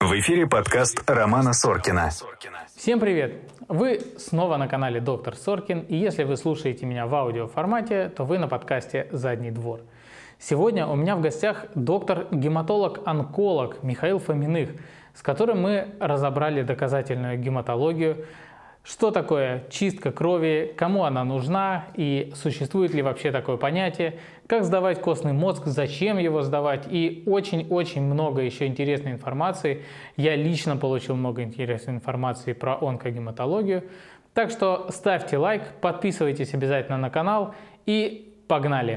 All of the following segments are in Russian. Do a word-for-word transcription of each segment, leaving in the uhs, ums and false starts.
В эфире подкаст Романа Соркина. Всем привет! Вы снова на канале Доктор Соркин, и если вы слушаете меня в аудиоформате, то вы на подкасте «Задний двор». Сегодня у меня в гостях доктор-гематолог-онколог Михаил Фоминых, с которым мы разобрали доказательную гематологию, что такое чистка крови, кому она нужна и существует ли вообще такое понятие, как сдавать костный мозг, зачем его сдавать и очень-очень много еще интересной информации. Я лично получил много интересной информации про онкогематологию. Так что ставьте лайк, подписывайтесь обязательно на канал и погнали!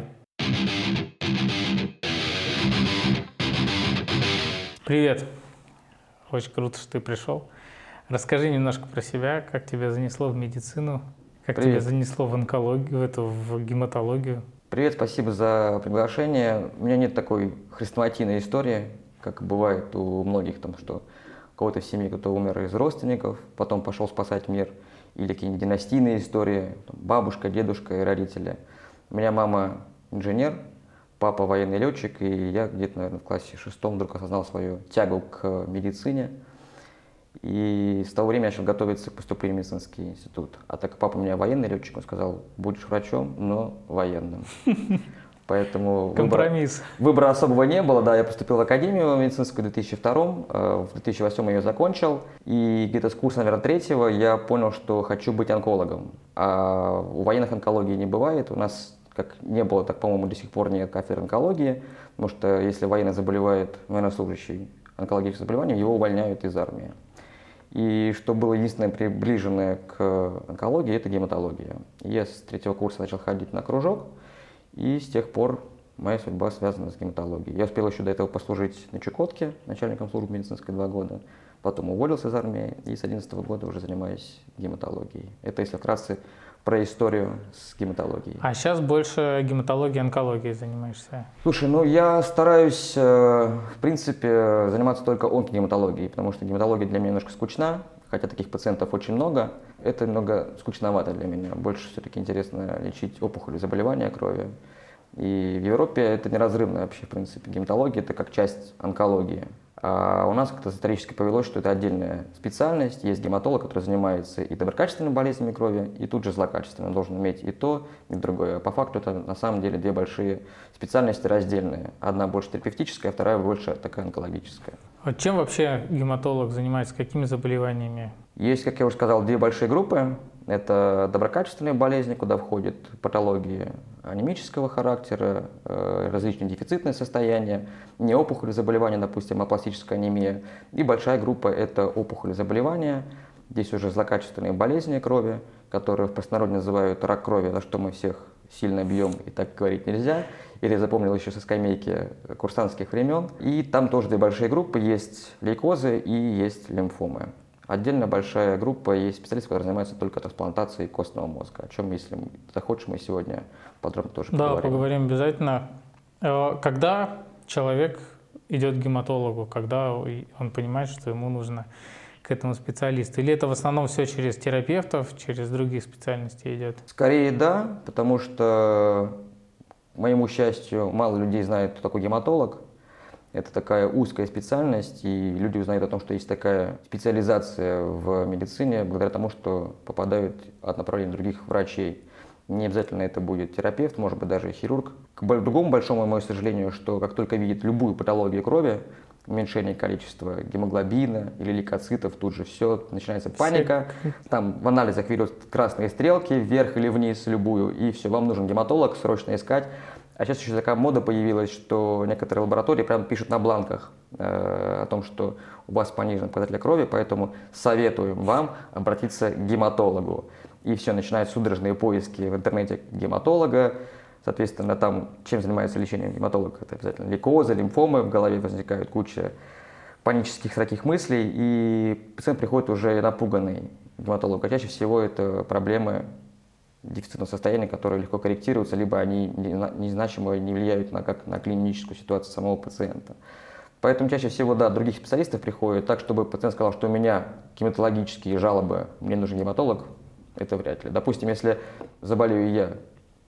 Привет! Очень круто, что ты пришел. Расскажи немножко про себя, как тебя занесло в медицину, как Привет. тебя занесло в онкологию, в эту в гематологию. Привет, спасибо за приглашение. У меня нет такой хрестоматийной истории, как бывает у многих, там, что у кого-то в семье кто-то умер из родственников, потом пошел спасать мир, или какие-нибудь династийные истории, там, бабушка, дедушка и родители. У меня мама инженер, папа военный летчик, и я где-то, наверное, в классе шестом вдруг осознал свою тягу к медицине. И с того времени я начал готовиться к поступлению в медицинский институт. А так как папа у меня военный летчик, он сказал, будешь врачом, но военным. Поэтому Компромисс. Выбора, выбора особого не было. Да, я поступил в академию медицинскую в две тысячи втором, в две тысячи восьмом я ее закончил. И где-то с курса, наверное, третьего я понял, что хочу быть онкологом. А у военных онкологии не бывает. У нас как не было, так, по-моему, до сих пор нет кафедры онкологии. Потому что если военный заболевает, военнослужащий онкологическим заболеванием, его увольняют из армии. И что было единственное приближенное к онкологии, это гематология. Я с третьего курса начал ходить на кружок, и с тех пор моя судьба связана с гематологией. Я успел еще до этого послужить на Чукотке, начальником службы медицинской два года, потом уволился из армии, и с две тысячи одиннадцатого года уже занимаюсь гематологией. Это, если вкратце, про историю с гематологией. А сейчас больше гематологией, онкологией занимаешься? Слушай, ну я стараюсь, в принципе, заниматься только онкогематологией, потому что гематология для меня немножко скучна, хотя таких пациентов очень много. Это немного скучновато для меня. Больше все-таки интересно лечить опухоли, заболевания крови. И в Европе это неразрывно вообще, в принципе. Гематология – это как часть онкологии. А у нас как-то исторически повелось, что это отдельная специальность. Есть гематолог, который занимается и доброкачественными болезнями крови, и тут же злокачественным. Он должен иметь и то, и другое. По факту это на самом деле две большие специальности раздельные. Одна больше терапевтическая, а вторая больше такая онкологическая. А чем вообще гематолог занимается? Какими заболеваниями? Есть, как я уже сказал, две большие группы. Это доброкачественные болезни, куда входят патологии анемического характера, различные дефицитные состояния, не опухоли заболевания, допустим, а пластическая анемия. И большая группа – это опухоли заболевания. Здесь уже злокачественные болезни крови, которые в простонародье называют рак крови, за что мы всех сильно бьем, и так говорить нельзя. Или я запомнил еще со скамейки курсантских времен. И там тоже две большие группы, есть лейкозы и есть лимфомы. Отдельно большая группа есть специалистов, которые занимаются только трансплантацией костного мозга, о чем, если захочешь, мы сегодня подробно тоже да, поговорим. Да, поговорим обязательно. Когда человек идет к гематологу, когда он понимает, что ему нужно к этому специалисту? Или это в основном все через терапевтов, через других специальностей идет? Скорее да, потому что, к моему счастью, мало людей знают, кто такой гематолог. Это такая узкая специальность, и люди узнают о том, что есть такая специализация в медицине благодаря тому, что попадают от направления других врачей. Не обязательно это будет терапевт, может быть, даже хирург. К другому большому моему сожалению, что как только видит любую патологию крови, уменьшение количества гемоглобина или лейкоцитов, тут же все, начинается паника. Там в анализах видят красные стрелки вверх или вниз, любую, и все, вам нужен гематолог, срочно искать. А сейчас еще такая мода появилась, что некоторые лаборатории прямо пишут на бланках э, о том, что у вас понижен показатель крови, поэтому советуем вам обратиться к гематологу. И все, начинают судорожные поиски в интернете гематолога. Соответственно, там, чем занимается лечением гематолога, это обязательно лейкозы, лимфомы, в голове возникает куча панических таких мыслей, и пациент приходит уже напуганный к гематологу. А чаще всего это проблемы дефицитного состояния, которые легко корректируются, либо они незначимо не влияют на, как, на клиническую ситуацию самого пациента. Поэтому чаще всего, да, других специалистов приходят так, чтобы пациент сказал, что у меня гематологические жалобы, мне нужен гематолог, это вряд ли. Допустим, если заболею я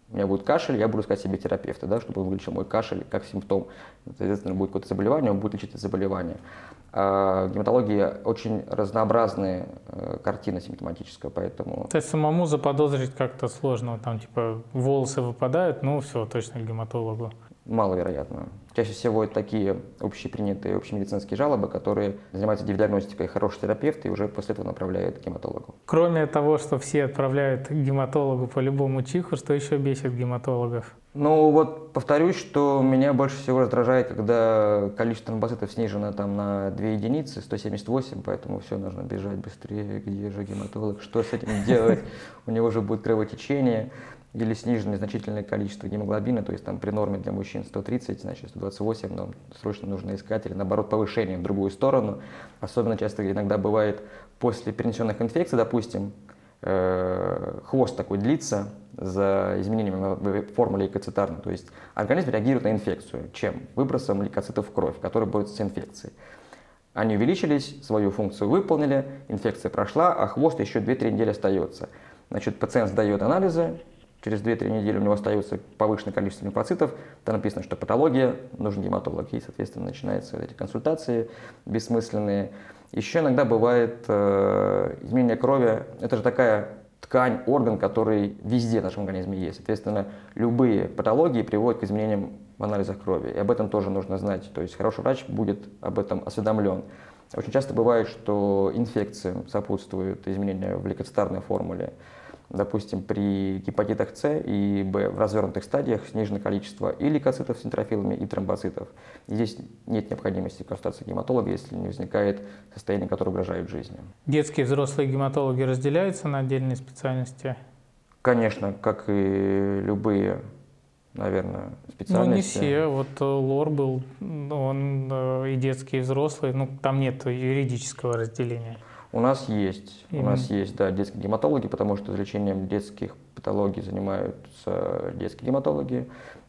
у меня будет кашель, я буду искать себе терапевта, да, чтобы он вылечил мой кашель как симптом. Соответственно, будет какое-то заболевание, он будет лечить это заболевание. А в гематологии очень разнообразные э, картины симптоматическая, поэтому... То есть самому заподозрить как-то сложно, там типа волосы выпадают, ну все, точно к гематологу. Маловероятно. Чаще всего это такие общепринятые общемедицинские жалобы, которые занимаются диагностикой хороший терапевт и уже после этого направляет к гематологу. Кроме того, что все отправляют к гематологу по любому чиху, что еще бесит гематологов? Ну вот повторюсь, что меня больше всего раздражает, когда количество тромбоцитов снижено там на две единицы, сто семьдесят восемь, поэтому все, нужно бежать быстрее, где же гематолог, что с этим делать, у него же будет кровотечение. Или снижено значительное количество гемоглобина, то есть там при норме для мужчин сто тридцать, значит сто двадцать восемь, но срочно нужно искать, или наоборот повышение в другую сторону. Особенно часто иногда бывает после перенесенных инфекций, допустим, э, хвост такой длится за изменениями в формуле лейкоцитарной, то есть организм реагирует на инфекцию. Чем? Выбросом лейкоцитов в кровь, которые борются с инфекцией. Они увеличились, свою функцию выполнили, инфекция прошла, а хвост еще две-три недели остается. Значит, пациент сдает анализы, через две-три недели у него остается повышенное количество лимфоцитов, там написано, что патология, нужен гематолог, и, соответственно, начинаются эти консультации бессмысленные. Еще иногда бывает э, изменение крови, это же такая ткань, орган, который везде в нашем организме есть. Соответственно, любые патологии приводят к изменениям в анализах крови, и об этом тоже нужно знать, то есть хороший врач будет об этом осведомлен. Очень часто бывает, что инфекциям сопутствуют изменения в лейкоцитарной формуле. Допустим, при гепатитах С и Б в развернутых стадиях снижено количество и лейкоцитов с нейтрофилами, и тромбоцитов. И здесь нет необходимости консультации гематолога, если не возникает состояние, которое угрожает жизни. Детские и взрослые гематологи разделяются на отдельные специальности? Конечно, как и любые, наверное, специальности. Ну, не все. Вот лор был, он и детский, и взрослый, ну, там нет юридического разделения. У нас есть, Именно. у нас есть, да, детские гематологи, потому что лечением детских патологий занимаются детские гематологи.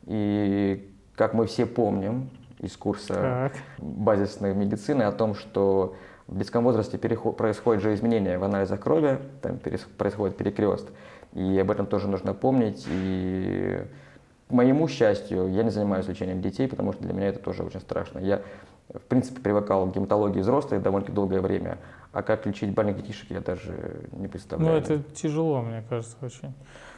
И как мы все помним из курса Так. базисной медицины о том, что в детском возрасте переход, происходят же изменения в анализах крови, там перес, происходит перекрест, и об этом тоже нужно помнить. И к моему счастью, я не занимаюсь лечением детей, потому что для меня это тоже очень страшно. Я, в принципе, привыкал к гематологии взрослых довольно долгое время, а как лечить больных детишек, я даже не представляю. Ну, это тяжело, мне кажется, очень.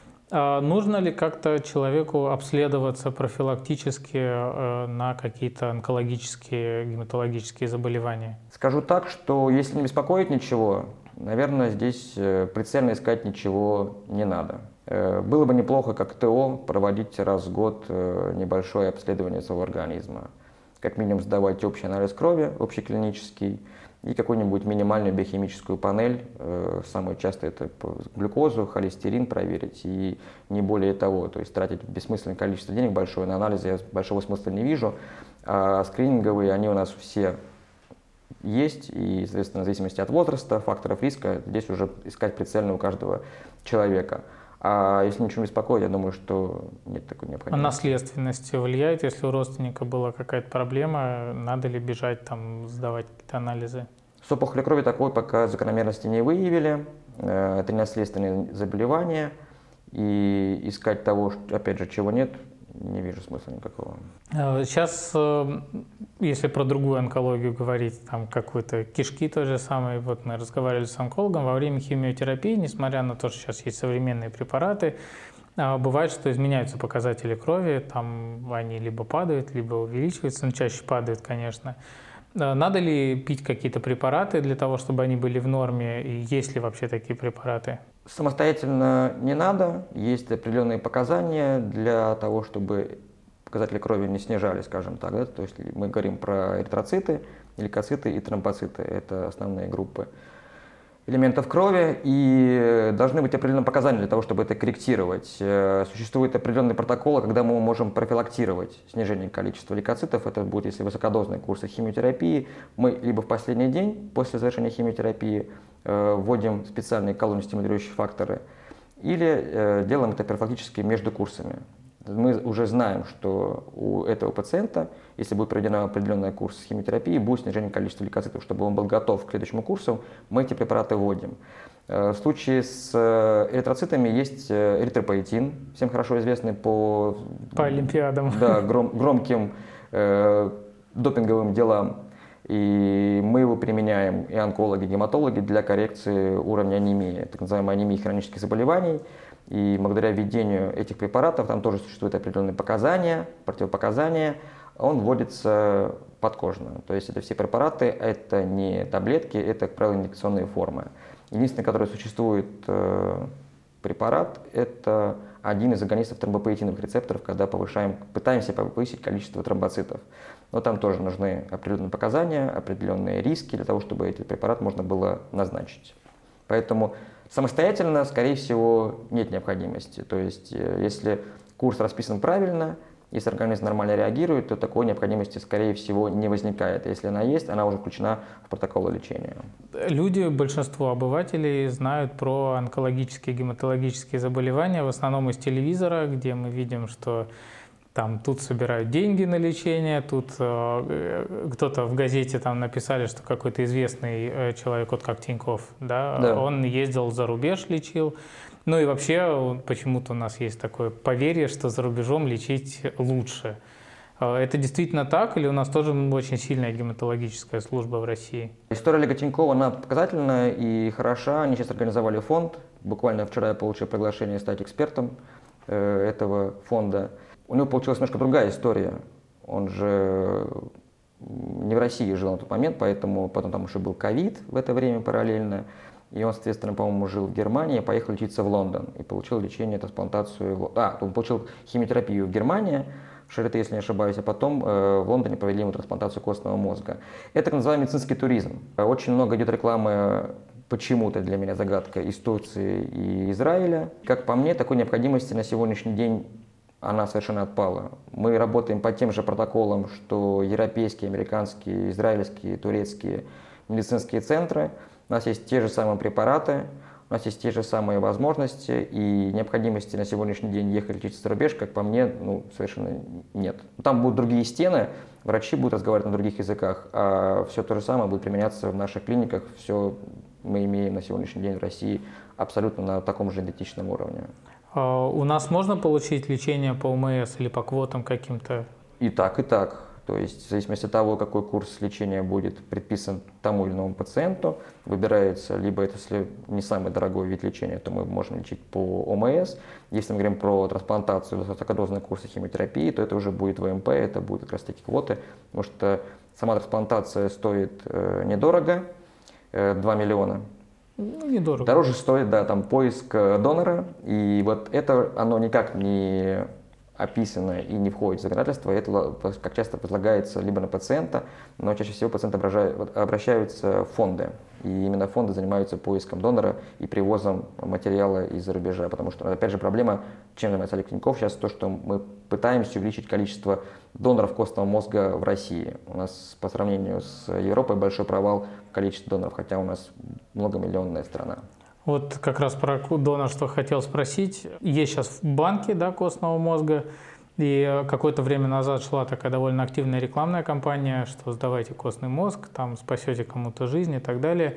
А нужно ли как-то человеку обследоваться профилактически э, на какие-то онкологические, гематологические заболевания? Скажу так, что если не беспокоит ничего, наверное, здесь прицельно искать ничего не надо. Было бы неплохо, как ТО, проводить раз в год небольшое обследование своего организма. Как минимум сдавать общий анализ крови, общеклинический, и какую-нибудь минимальную биохимическую панель, самое часто это глюкозу, холестерин проверить, и не более того. То есть тратить бессмысленное количество денег большое на анализы я большого смысла не вижу. А скрининговые, они у нас все есть, и, соответственно, в зависимости от возраста, факторов риска, здесь уже искать прицельно у каждого человека. А если ничего не беспокоит, я думаю, что нет такой необходимости. А наследственность влияет, если у родственника была какая-то проблема, надо ли бежать там сдавать какие-то анализы? С опухолью крови такой пока закономерности не выявили, это не наследственные заболевания, и искать того, опять же, чего нет, не вижу смысла никакого. Сейчас, если про другую онкологию говорить, там какой-то кишки той же самой, вот мы разговаривали с онкологом, во время химиотерапии, несмотря на то, что сейчас есть современные препараты, бывает, что изменяются показатели крови, там они либо падают, либо увеличиваются, но чаще падают, конечно. Надо ли пить какие-то препараты для того, чтобы они были в норме, и есть ли вообще такие препараты? Самостоятельно не надо, есть определенные показания для того, чтобы показатели крови не снижали, скажем так. Да? То есть мы говорим про эритроциты, лейкоциты и тромбоциты, это основные группы элементов крови, и должны быть определенные показания для того, чтобы это корректировать. Существуют определенные протоколы, когда мы можем профилактировать снижение количества лейкоцитов. Это будет, если высокодозные курсы химиотерапии. Мы либо в последний день после завершения химиотерапии э, вводим специальные колонистимулирующие факторы, или э, делаем это профилактически между курсами. Мы уже знаем, что у этого пациента, если будет проведен определенный курс химиотерапии, будет снижение количества лейкоцитов. Чтобы он был готов к следующему курсу, мы эти препараты вводим. В случае с эритроцитами есть эритропоэтин, всем хорошо известный по, по олимпиадам, да, гром, громким э, допинговым делам. И мы его применяем, и онкологи, и гематологи, для коррекции уровня анемии, так называемой анемии хронических заболеваний. И благодаря введению этих препаратов, там тоже существуют определенные показания, противопоказания, он вводится подкожно. То есть это все препараты, это не таблетки, это, как правило, инъекционные формы. Единственный, который существует э, препарат, это один из агонистов тромбопоэтиновых рецепторов, когда повышаем, пытаемся повысить количество тромбоцитов. Но там тоже нужны определенные показания, определенные риски для того, чтобы этот препарат можно было назначить. Поэтому самостоятельно, скорее всего, нет необходимости. То есть, если курс расписан правильно, если организм нормально реагирует, то такой необходимости, скорее всего, не возникает. Если она есть, она уже включена в протокол лечения. Люди, большинство обывателей, знают про онкологические, гематологические заболевания, в основном из телевизора, где мы видим, что там тут собирают деньги на лечение, тут э, кто-то в газете там написали, что какой-то известный э, человек, вот как Тиньков, да, да, он ездил за рубеж, лечил. Ну и вообще почему-то у нас есть такое поверье, что за рубежом лечить лучше. Это действительно так, или у нас тоже очень сильная гематологическая служба в России? История Олега Тинькова, она показательная и хороша. Они сейчас организовали фонд. Буквально вчера я получил приглашение стать экспертом э, этого фонда. У него получилась немножко другая история. Он же не в России жил на тот момент, поэтому потом там еще был ковид в это время параллельно. И он, соответственно, по-моему, жил в Германии, поехал лечиться в Лондон и получил лечение, трансплантацию. А, он получил химиотерапию в Германии, в Шарите, если не ошибаюсь, а потом э, в Лондоне провели ему трансплантацию костного мозга. Это так называемый медицинский туризм. Очень много идет рекламы, почему-то для меня загадка, из Турции и Израиля. Как по мне, такой необходимости на сегодняшний день она совершенно отпала. Мы работаем по тем же протоколам, что европейские, американские, израильские, турецкие медицинские центры. У нас есть те же самые препараты, у нас есть те же самые возможности, и необходимости на сегодняшний день ехать лечиться за рубеж, как по мне, ну, совершенно нет. Там будут другие стены, врачи будут разговаривать на других языках, а все то же самое будет применяться в наших клиниках. Все мы имеем на сегодняшний день в России абсолютно на таком же идентичном уровне. У нас можно получить лечение по ОМС или по квотам каким-то? И так, и так. То есть в зависимости от того, какой курс лечения будет предписан тому или иному пациенту, выбирается либо, это, если не самый дорогой вид лечения, то мы можем лечить по ОМС. Если мы говорим про трансплантацию, высокодозные курсы химиотерапии, то это уже будет ВМП, это будет как раз таки квоты, потому что сама трансплантация стоит э, недорого, э, два миллиона. Ну, недорого. Дороже стоит, да, там поиск донора, и вот это, оно никак не описано и не входит в законодательство, это, как часто возлагается либо на пациента, но чаще всего пациенты обращаются в фонды, и именно фонды занимаются поиском донора и привозом материала из-за рубежа, потому что, опять же, проблема, чем занимается Олег Тиньков сейчас, то, что мы пытаемся увеличить количество доноров костного мозга в России. У нас по сравнению с Европой большой провал в количестве доноров, хотя у нас многомиллионная страна. Вот как раз про донорство хотел спросить. Есть сейчас банки, да, костного мозга, и какое-то время назад шла такая довольно активная рекламная кампания, что сдавайте костный мозг, там спасете кому-то жизнь и так далее.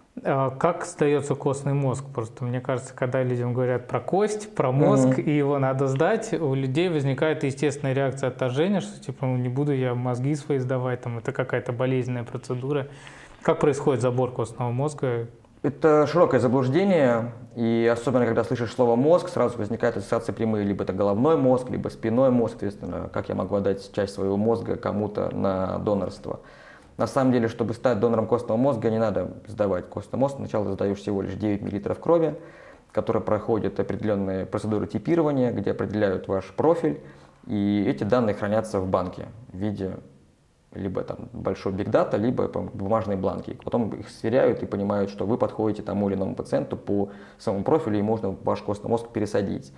Как сдается костный мозг? Просто мне кажется, когда людям говорят про кость, про мозг, mm-hmm. и его надо сдать, у людей возникает естественная реакция отторжения, что типа, ну, не буду я мозги свои сдавать, там, это какая-то болезненная процедура. Как происходит забор костного мозга? Это широкое заблуждение, и особенно когда слышишь слово «мозг», сразу возникают ассоциации прямые, либо это головной мозг, либо спинной мозг, соответственно, как я могу отдать часть своего мозга кому-то на донорство. На самом деле, чтобы стать донором костного мозга, не надо сдавать костный мозг, сначала ты сдаешь всего лишь девять миллилитров крови, которые проходят определенные процедуры типирования, где определяют ваш профиль, и эти данные хранятся в банке в виде либо там большой бигдата, либо бумажные бланки. Потом их сверяют и понимают, что вы подходите тому или иному пациенту по самому профилю, и можно ваш костный мозг пересадить.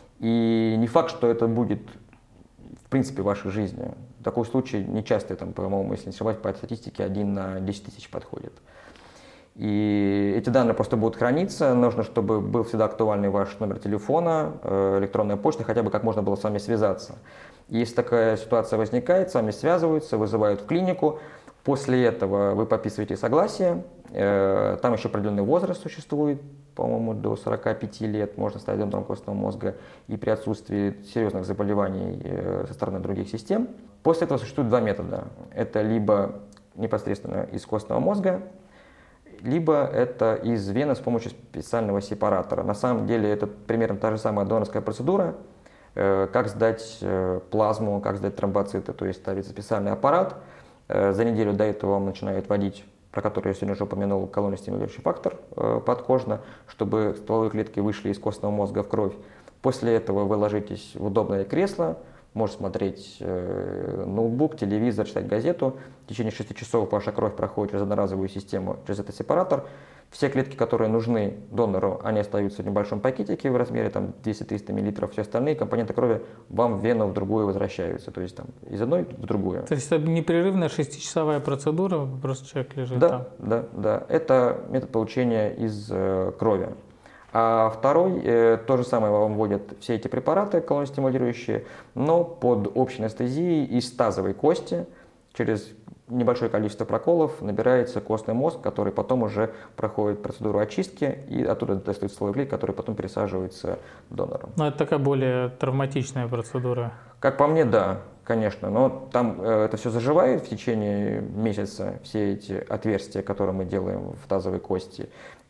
И не факт, что это будет в принципе в вашей жизни. Такой случай нечасто, там, по-моему, если не ошибаюсь, по статистике один на десять тысяч подходит. И эти данные просто будут храниться. Нужно, чтобы был всегда актуальный ваш номер телефона, электронная почта, хотя бы как можно было с вами связаться. Если такая ситуация возникает, с вами связываются, вызывают в клинику. После этого вы подписываете согласие, там еще определенный возраст существует, по-моему, до сорока пяти лет можно стать донором костного мозга и при отсутствии серьезных заболеваний со стороны других систем. После этого существует два метода. Это либо непосредственно из костного мозга, либо это из вены с помощью специального сепаратора. На самом деле это примерно та же самая донорская процедура, как сдать плазму, как сдать тромбоциты, то есть ставится специальный аппарат. За неделю до этого вам начинают вводить, про который я сегодня уже упомянул, колонно-стимулирующий фактор подкожно, чтобы стволовые клетки вышли из костного мозга в кровь. После этого вы ложитесь в удобное кресло, можете смотреть ноутбук, телевизор, читать газету. В течение шести часов ваша кровь проходит через одноразовую систему, через этот сепаратор. Все клетки, которые нужны донору, они остаются в небольшом пакетике в размере там, двести-триста миллилитров. Все остальные компоненты крови вам в вену в другую возвращаются. То есть там, из одной в другую. То есть это непрерывная шестичасовая процедура, просто человек лежит да, там? Да, да. Это метод получения из э, крови. А второй, э, то же самое вам вводят все эти препараты колонно-стимулирующие, но под общей анестезией из тазовой кости через небольшое количество проколов набирается костный мозг, который потом уже проходит процедуру очистки, и оттуда достают стволовые клетки, которые потом пересаживаются донором. Но это такая более травматичная процедура. Как по мне, да, конечно, но там э, это все заживает в течение месяца, все эти отверстия, которые мы делаем в тазовой кости.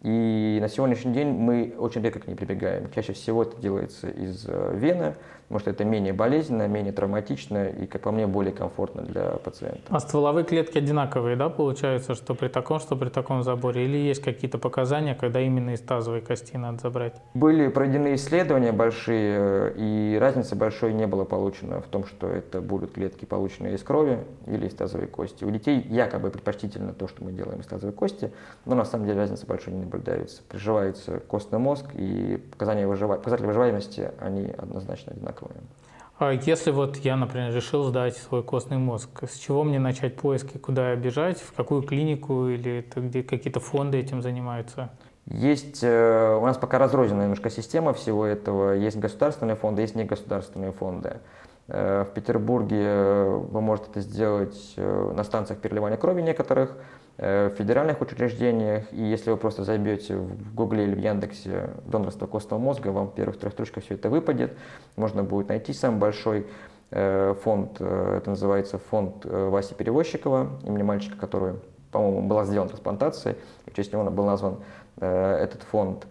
И на сегодняшний день мы очень редко к ней прибегаем. Чаще всего это делается из вены, потому что это менее болезненно, менее травматично и, как по мне, более комфортно для пациента. А стволовые клетки одинаковые, да, получается, что при таком, что при таком заборе? Или есть какие-то показания, когда именно из тазовой кости надо забрать? Были проведены исследования большие, и разницы большой не было получено в том, что это будут клетки, полученные из крови или из тазовой кости. У детей якобы предпочтительно то, что мы делаем из тазовой кости, но на самом деле разницы большой не наблюдается. Приживается костный мозг, и показания выжива... показатели выживаемости, они однозначно одинаковые. А если вот я, например, решил сдать свой костный мозг, с чего мне начать поиски, куда бежать, в какую клинику или это где какие-то фонды этим занимаются? Есть, э, у нас пока разрозненная немножко система всего этого. Есть государственные фонды, есть негосударственные фонды. Э, в Петербурге вы можете это сделать э, на станциях переливания крови некоторых, в федеральных учреждениях, и если вы просто забьете в Гугле или в Яндексе донорство костного мозга, вам в первых трех строчках все это выпадет. Можно будет найти самый большой фонд, это называется фонд Васи Перевозчикова, имени мальчика, который, по-моему, была сделана трансплантация, и в честь него был назван этот фонд.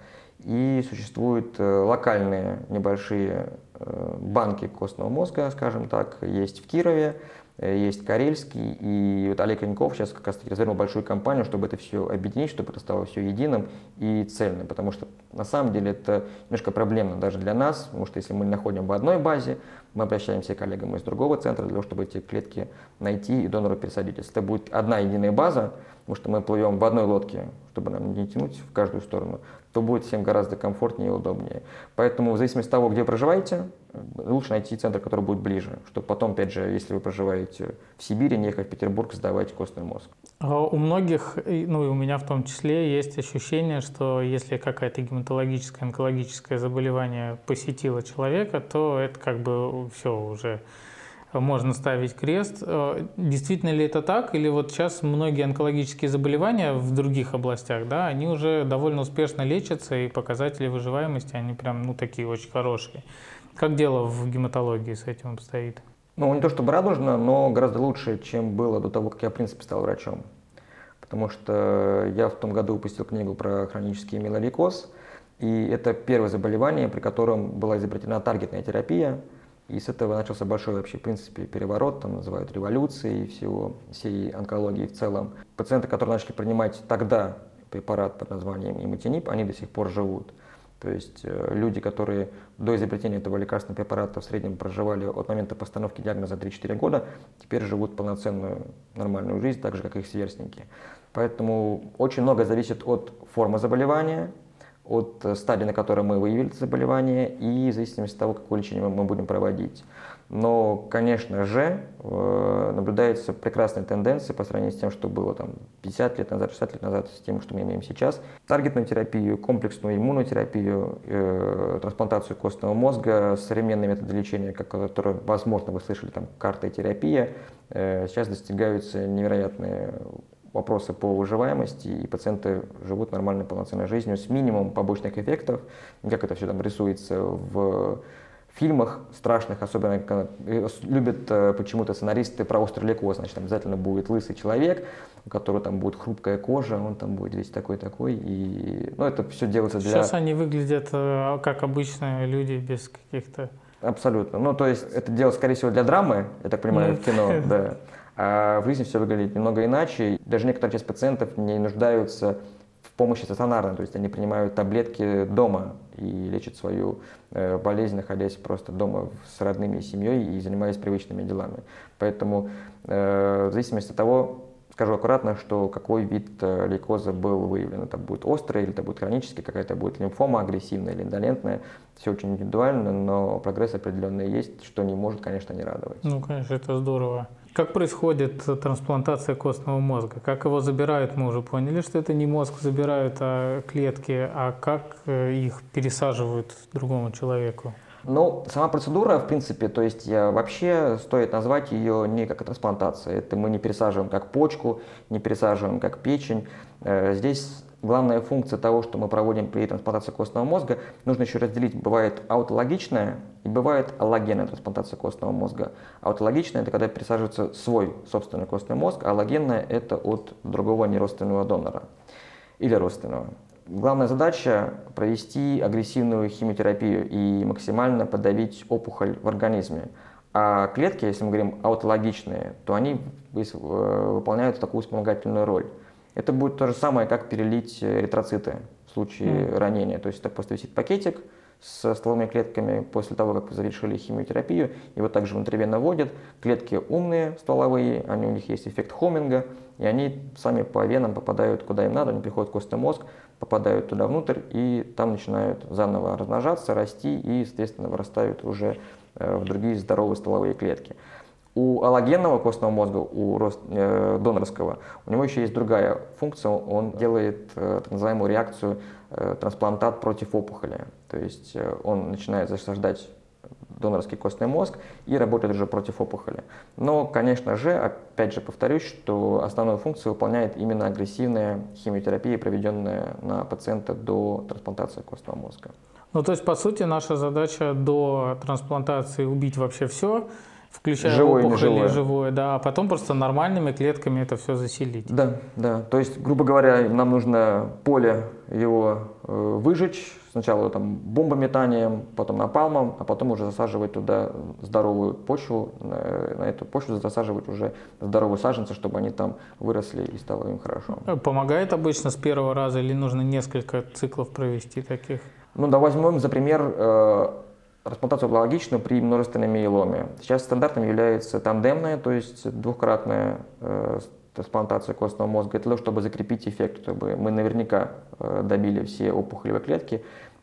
И существуют локальные небольшие банки костного мозга, скажем так, есть в Кирове, есть Карельский, и вот Олег Яньков сейчас как раз таки развернул большую кампанию, чтобы это все объединить, чтобы это стало все единым и цельным, потому что на самом деле это немножко проблемно даже для нас, потому что если мы находим в одной базе, мы обращаемся к коллегам из другого центра для того, чтобы эти клетки найти и донору пересадить. Если это будет одна единая база, потому что мы плывем в одной лодке, чтобы нам не тянуть в каждую сторону, то будет всем гораздо комфортнее и удобнее. Поэтому в зависимости от того, где вы проживаете, лучше найти центр, который будет ближе, чтобы потом, опять же, если вы проживаете в Сибири, не ехать в Петербург, сдавать костный мозг. У многих, ну и у меня в том числе, есть ощущение, что если какое-то гематологическое, онкологическое заболевание посетило человека, то это как бы все уже можно ставить крест. Действительно ли это так? Или вот сейчас многие онкологические заболевания в других областях, да, они уже довольно успешно лечатся, и показатели выживаемости, они прям, ну, такие очень хорошие. Как дело в гематологии с этим обстоит? Ну, не то чтобы радужно, но гораздо лучше, чем было до того, как я, в принципе, стал врачом. Потому что я в том году выпустил книгу про хронический миелолейкоз, и это первое заболевание, при котором была изобретена таргетная терапия. И с этого начался большой вообще, в принципе, переворот, там называют революцией всего, всей онкологии в целом. Пациенты, которые начали принимать тогда препарат под названием имутинип, они до сих пор живут. То есть э, люди, которые до изобретения этого лекарственного препарата в среднем проживали от момента постановки диагноза три-четыре года, теперь живут полноценную нормальную жизнь, так же, как их сверстники. Поэтому очень много зависит от формы заболевания, от стадии, на которой мы выявили заболевание, и в зависимости от того, какое лечение мы будем проводить. Но, конечно же, наблюдаются прекрасные тенденции по сравнению с тем, что было там, пятьдесят лет назад, шестьдесят лет назад, с тем, что мы имеем сейчас. Таргетную терапию, комплексную иммунотерапию, э, трансплантацию костного мозга, современные методы лечения, которые, возможно, вы слышали, там, картотерапия, э, сейчас достигаются невероятные вопросы по выживаемости, и пациенты живут нормальной полноценной жизнью с минимумом побочных эффектов, как это все там рисуется в фильмах страшных, особенно когда любят почему-то сценаристы про острый лейкоз, значит, там обязательно будет лысый человек, у которого там будет хрупкая кожа, он там будет весь такой-такой, и, ну, это все делается для... Сейчас они выглядят как обычные люди, без каких-то... Абсолютно, ну, то есть это дело, скорее всего, для драмы, я так понимаю, в кино, да, а в жизни все выглядит немного иначе, даже некоторая часть пациентов не нуждаются в помощи стационарной, то есть они принимают таблетки дома и лечат свою э, болезнь, находясь просто дома с родными и семьей и занимаясь привычными делами. Поэтому э, в зависимости от того, скажу аккуратно, что какой вид э, лейкоза был выявлен, это будет острый или это будет хронический, какая-то будет лимфома агрессивная или индолентная, все очень индивидуально, но прогресс определенный есть, что не может, конечно, не радовать. Ну, конечно, это здорово. Как происходит трансплантация костного мозга? Как его забирают, мы уже поняли, что это не мозг забирают, а клетки. А как их пересаживают другому человеку? Ну, сама процедура, в принципе, то есть я, вообще стоит назвать ее не как трансплантация. Это мы не пересаживаем как почку, не пересаживаем как печень. Здесь главная функция того, что мы проводим при трансплантации костного мозга, нужно еще разделить. Бывает аутологичная и бывает аллогенная трансплантация костного мозга. Аутологичная – это когда пересаживается свой собственный костный мозг, а аллогенная – это от другого неродственного донора или родственного. Главная задача – провести агрессивную химиотерапию и максимально подавить опухоль в организме. А клетки, если мы говорим аутологичные, то они выполняют такую вспомогательную роль. Это будет то же самое, как перелить эритроциты в случае mm. ранения. То есть так просто висит пакетик с стволовыми клетками после того, как вы завершили химиотерапию, его также внутривенно вводят. Клетки умные, стволовые, они, у них есть эффект хоминга, и они сами по венам попадают куда им надо, они приходят в костный мозг, попадают туда внутрь, и там начинают заново размножаться, расти и, соответственно, вырастают уже в другие здоровые стволовые клетки. У аллогенного костного мозга, у рост, э, донорского, у него еще есть другая функция, он делает э, так называемую реакцию э, трансплантат против опухоли. То есть э, он начинает засаждать донорский костный мозг и работает уже против опухоли. Но, конечно же, опять же повторюсь, что основную функцию выполняет именно агрессивная химиотерапия, проведенная на пациента до трансплантации костного мозга. Ну, то есть, по сути, наша задача до трансплантации убить вообще все, включая живое, опухоль и живое, да, а потом просто нормальными клетками это все заселить. Да, да. То есть, грубо говоря, нам нужно поле его э, выжечь, сначала там бомбометанием, потом напалмом, а потом уже засаживать туда здоровую почву, на, на эту почву засаживать уже здоровые саженцы, чтобы они там выросли и стало им хорошо. Помогает обычно с первого раза или нужно несколько циклов провести таких? Ну да, возьмем за пример э, трансплантацию аутологичную при множественной миеломе. Сейчас стандартом является тандемная, то есть двухкратная э, трансплантация костного мозга, для того, чтобы закрепить эффект, чтобы мы наверняка э, добили все опухолевые клетки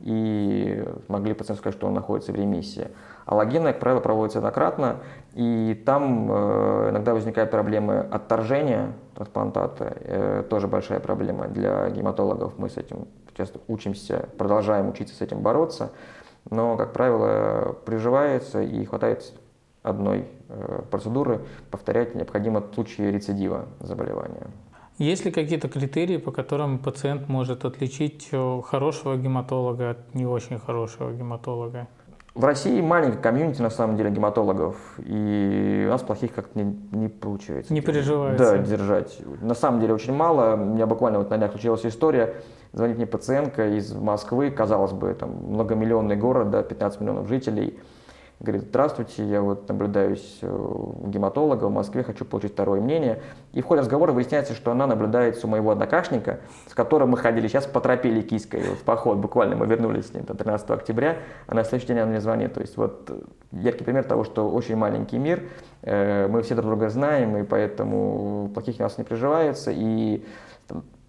и могли пациенту сказать, что он находится в ремиссии. Аллогенная, как правило, проводится однократно, и там э, иногда возникают проблемы отторжения трансплантата, э, тоже большая проблема для гематологов, мы с этим часто учимся, продолжаем учиться с этим бороться, но, как правило, приживается и хватает одной э, процедуры, повторять необходимо в случае рецидива заболевания. Есть ли какие-то критерии, по которым пациент может отличить хорошего гематолога от не очень хорошего гематолога? В России маленькая комьюнити, на самом деле, гематологов, и у нас плохих как-то не, не получается. Не переживается. Да, держать. На самом деле очень мало. У меня буквально вот на днях случилась история. Звонит мне пациентка из Москвы, казалось бы, там многомиллионный город, да, пятнадцать миллионов жителей. Говорит: здравствуйте, я вот наблюдаюсь у гематолога в Москве, хочу получить второе мнение. И в ходе разговора выясняется, что она наблюдается у моего однокашника, с которым мы ходили сейчас по тропе Ликийской, вот в поход, буквально мы вернулись с ним тринадцатого октября, а на следующий день она мне звонит. То есть вот яркий пример того, что очень маленький мир, мы все друг друга знаем, и поэтому плохих нюансов не приживается. И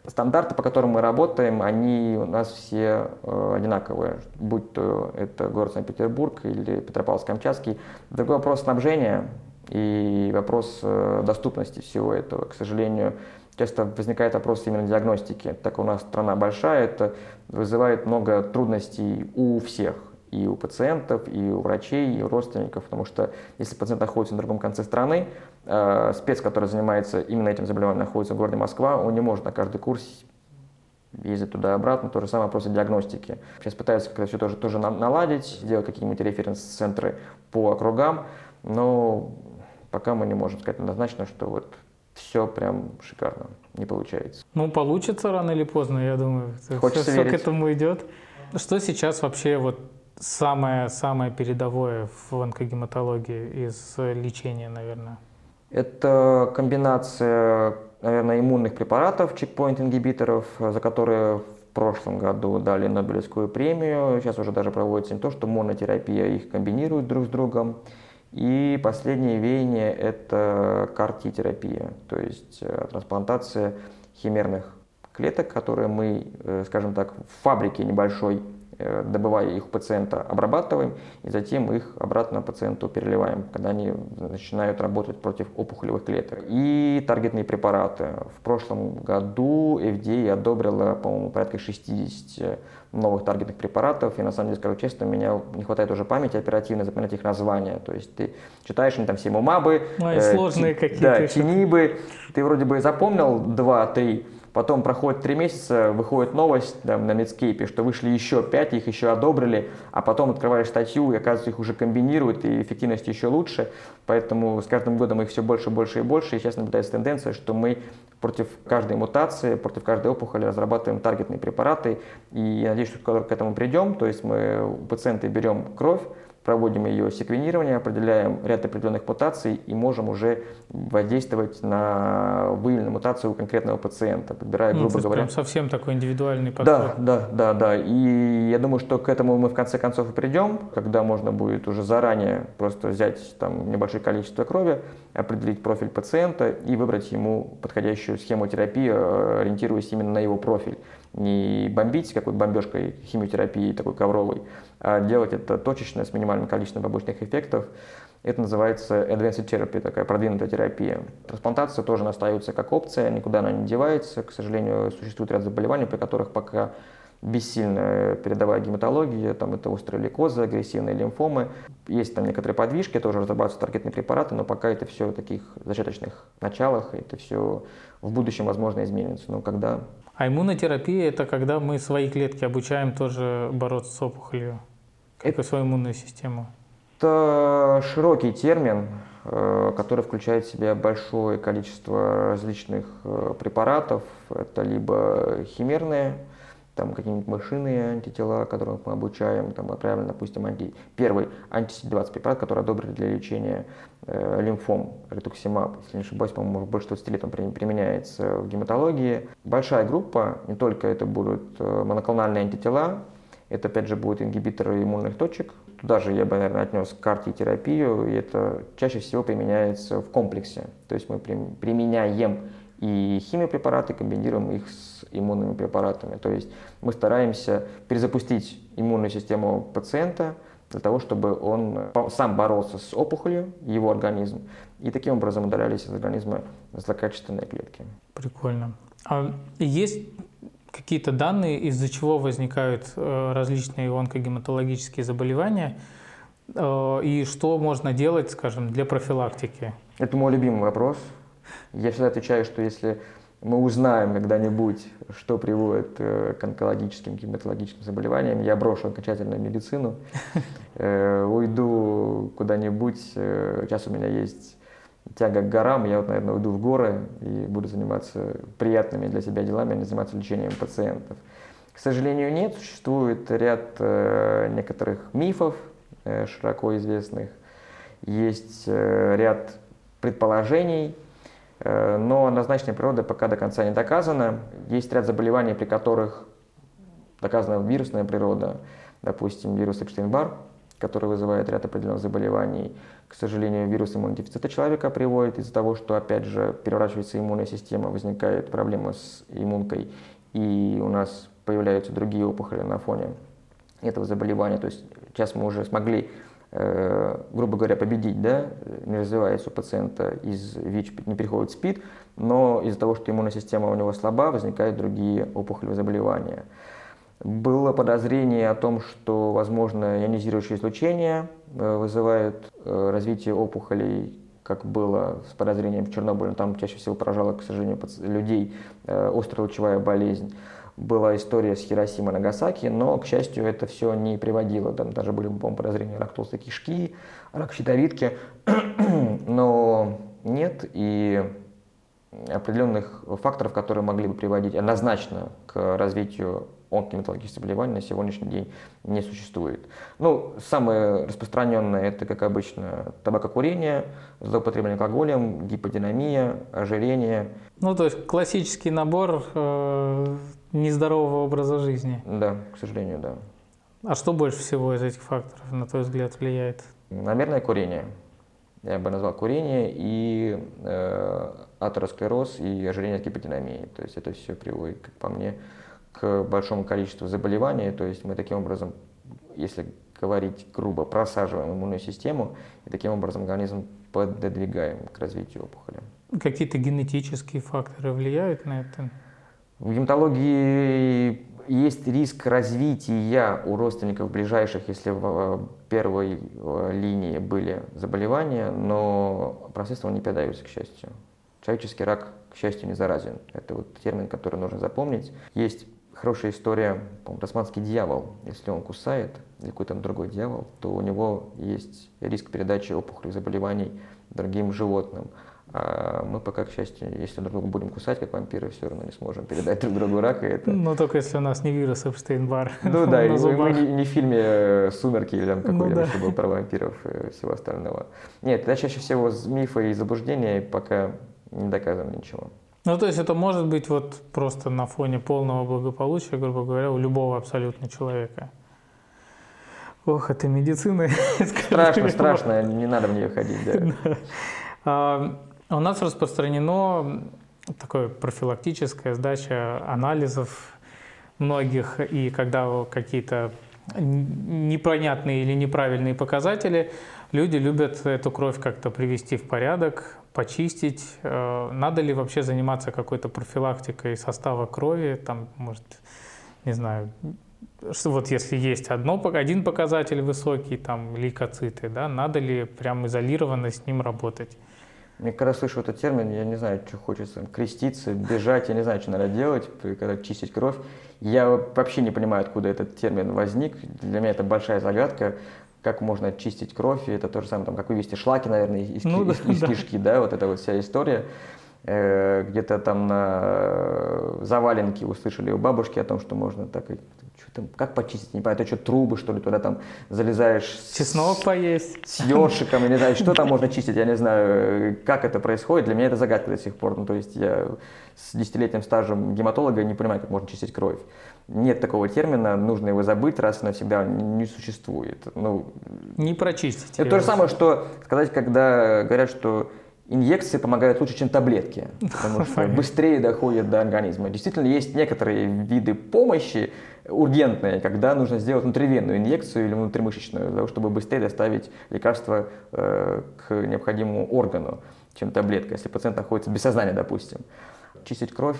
Стандарты, по которым мы работаем, они у нас все э, одинаковые, будь то это город Санкт-Петербург или Петропавловск-Камчатский. Другой вопрос снабжения и вопрос э, доступности всего этого. К сожалению, часто возникает вопрос именно диагностики. Так как у нас страна большая, это вызывает много трудностей у всех. И у пациентов, и у врачей, и у родственников, потому что если пациент находится на другом конце страны, э, спец, который занимается именно этим заболеванием, находится в городе Москва, он не может на каждый курс ездить туда и обратно. То же самое вопросы диагностики. Сейчас пытаются как-то все тоже, тоже наладить, сделать какие-нибудь референс-центры по округам, но пока мы не можем сказать однозначно, что вот все прям шикарно, не получается. Ну, получится рано или поздно, я думаю. Хочется все, верить. Все к этому идет. Что сейчас вообще вот самое-самое передовое в онкогематологии из лечения, наверное? Это комбинация, наверное, иммунных препаратов, чекпоинт-ингибиторов, за которые в прошлом году дали Нобелевскую премию. Сейчас уже даже проводится не то, что монотерапия, их комбинируют друг с другом. И последнее веяние – это кар-Т-терапия, то есть трансплантация химерных клеток, которые мы, скажем так, в фабрике небольшой, добывая их у пациента, обрабатываем, и затем их обратно пациенту переливаем, когда они начинают работать против опухолевых клеток. И таргетные препараты. В прошлом году эф ди эй одобрила, по-моему, порядка шестьдесят новых таргетных препаратов, и на самом деле, скажу честно, у меня не хватает уже памяти оперативно запоминать их названия. То есть ты читаешь, они там все мумабы, ну, э, сложные ти, какие-то да, тинибы, ты вроде бы запомнил два-три, потом проходит три месяца, выходит новость там, на Medscape, что вышли еще пять, их еще одобрили, а потом открываешь статью, и оказывается, их уже комбинируют, и эффективность еще лучше. Поэтому с каждым годом их все больше, больше и больше. И сейчас наблюдается тенденция, что мы против каждой мутации, против каждой опухоли разрабатываем таргетные препараты. И я надеюсь, что скоро к этому придем. То есть мы у пациента берем кровь, проводим ее секвенирование, определяем ряд определенных мутаций и можем уже воздействовать на выявленную мутацию у конкретного пациента, подбирая, грубо ну, говоря. Прям совсем такой индивидуальный подход. Да, да, да, да. И я думаю, что к этому мы в конце концов и придем, когда можно будет уже заранее просто взять там небольшое количество крови, определить профиль пациента и выбрать ему подходящую схему терапии, ориентируясь именно на его профиль. Не бомбить какой-то бомбежкой химиотерапии такой ковровой, а делать это точечно, с минимальным количеством побочных эффектов. Это называется advanced therapy, такая продвинутая терапия. Трансплантация тоже настаивается как опция, никуда она не девается. К сожалению, существует ряд заболеваний, при которых пока бессильная передовая гематология, там это острые лейкозы, агрессивные лимфомы. Есть там некоторые подвижки, тоже разрабатываются таргетные препараты, но пока это все в таких зачаточных началах, это все в будущем, возможно, изменится. Но когда... А иммунотерапия – это когда мы свои клетки обучаем тоже бороться с опухолью, как это... и свою иммунную систему? Это широкий термин, который включает в себя большое количество различных препаратов. Это либо химерные, там какие-нибудь мышиные антитела, которых мы обучаем, там отправим, допустим, анти... первый анти си ди двадцать препарат, который одобрили для лечения э, лимфом, ретуксимаб, если не ошибаюсь, по-моему, уже больше двадцати лет он применяется в гематологии. Большая группа, не только это будут моноклональные антитела, это опять же будут ингибиторы иммунных точек. Туда же я бы, наверное, отнес кар-Т-терапию, и это чаще всего применяется в комплексе. То есть мы применяем и химиопрепараты, комбинируем их с иммунными препаратами. То есть мы стараемся перезапустить иммунную систему пациента для того, чтобы он сам боролся с опухолью, его организм, и таким образом удалялись из организма злокачественные клетки. Прикольно. А есть какие-то данные, из-за чего возникают различные онкогематологические заболевания, и что можно делать, скажем, для профилактики? Это мой любимый вопрос. Я всегда отвечаю, что если мы узнаем когда-нибудь, что приводит к онкологическим, гематологическим заболеваниям, я брошу окончательно медицину, уйду куда-нибудь. Сейчас у меня есть тяга к горам, я вот, наверное, уйду в горы и буду заниматься приятными для себя делами, а не заниматься лечением пациентов. К сожалению, нет. Существует ряд некоторых мифов, широко известных. Есть ряд предположений, но однозначная природа пока до конца не доказана. Есть ряд заболеваний, при которых доказана вирусная природа, допустим, вирус Эпштейн-Бар, который вызывает ряд определенных заболеваний. К сожалению, вирус иммунодефицита человека приводит из-за того, что, опять же, переворачивается иммунная система, возникают проблемы с иммункой, и у нас появляются другие опухоли на фоне этого заболевания. То есть сейчас мы уже смогли, э, грубо говоря, победить, да, не развивается у пациента из ВИЧ, не переходит в СПИД, но из-за того, что иммунная система у него слаба, возникают другие опухолевые заболевания. Было подозрение о том, что, возможно, ионизирующее излучение вызывает развитие опухолей, как было с подозрением в Чернобыле, но там чаще всего поражала, к сожалению, людей острая лучевая болезнь. Была история с Хиросимой и Нагасаки, но, к счастью, это все не приводило. Там даже были, по-моему, подозрения рак толстой кишки, рак щитовидки, но нет, и определенных факторов, которые могли бы приводить однозначно к развитию онкогематологических заболеваний, на сегодняшний день не существует. Ну, самое распространенное – это, как обычно, табакокурение, злоупотребление алкоголем, гиподинамия, ожирение. Ну, то есть классический набор э, нездорового образа жизни. Да, к сожалению, да. А что больше всего из этих факторов, на твой взгляд, влияет? Наверное, курение. Я бы назвал курение и э, атеросклероз и ожирение с гиподинамией. То есть это все приводит, как по мне, к большому количеству заболеваний. То есть мы таким образом, если говорить грубо, просаживаем иммунную систему и таким образом организм пододвигаем к развитию опухоли. Какие-то генетические факторы влияют на это? В гематологии есть риск развития у родственников ближайших, если в первой линии были заболевания, но проследствия не передаются, к счастью. Человеческий рак, к счастью, не заразен. Это вот термин, который нужно запомнить. Есть хорошая история, по-моему, тасманский дьявол. Если он кусает, или какой-то другой дьявол, то у него есть риск передачи опухолей, заболеваний другим животным. А мы пока, к счастью, если друг друга будем кусать, как вампиры, все равно не сможем передать друг другу рак. И это... Но только если у нас не вирус Эпштейн-Бар. Ну да, и мы не, не в фильме «Сумерки» или там какой-нибудь ну, да. еще был про вампиров и всего остального. Нет, это чаще всего мифы и заблуждения, пока не доказано ничего. Ну, то есть это может быть вот просто на фоне полного благополучия, грубо говоря, у любого абсолютно человека. Ох, это медицина. Страшно, страшно, не надо в нее ходить. Да. А, у нас распространено такое профилактическая сдача анализов многих, и когда какие-то непонятные или неправильные показатели, люди любят эту кровь как-то привести в порядок, почистить. Надо ли вообще заниматься какой-то профилактикой состава крови, там, может, не знаю, вот если есть одно, один показатель высокий, там, лейкоциты, да, надо ли прям изолированно с ним работать? Мне когда слышу этот термин, я не знаю, что хочется, креститься, бежать, я не знаю, что надо делать, когда чистить кровь. Я вообще не понимаю, откуда этот термин возник. Для меня это большая загадка, как можно очистить кровь. И это то же самое, там, как вывести шлаки, наверное, из, ну, из, да, из да. кишки, да, вот эта вот вся история. Где-то там на заваленке услышали у бабушки о том, что можно так, что там, как почистить, не понимаю, это что, трубы, что ли, туда там залезаешь. Чеснок с, поесть. С ёршиком, я не знаю, что там можно чистить, я не знаю, как это происходит, для меня это загадка до сих пор, ну, то есть я с десятилетним стажем гематолога не понимаю, как можно чистить кровь. Нет такого термина, нужно его забыть, раз и навсегда не существует. Ну, не прочистить. Это то же самое, что сказать, когда говорят, что инъекции помогают лучше, чем таблетки, потому что быстрее доходят до организма. Действительно, есть некоторые виды помощи ургентные, когда нужно сделать внутривенную инъекцию или внутримышечную, для того, чтобы быстрее доставить лекарство э, к необходимому органу, чем таблетка, если пациент находится без сознания, допустим. Чистить кровь,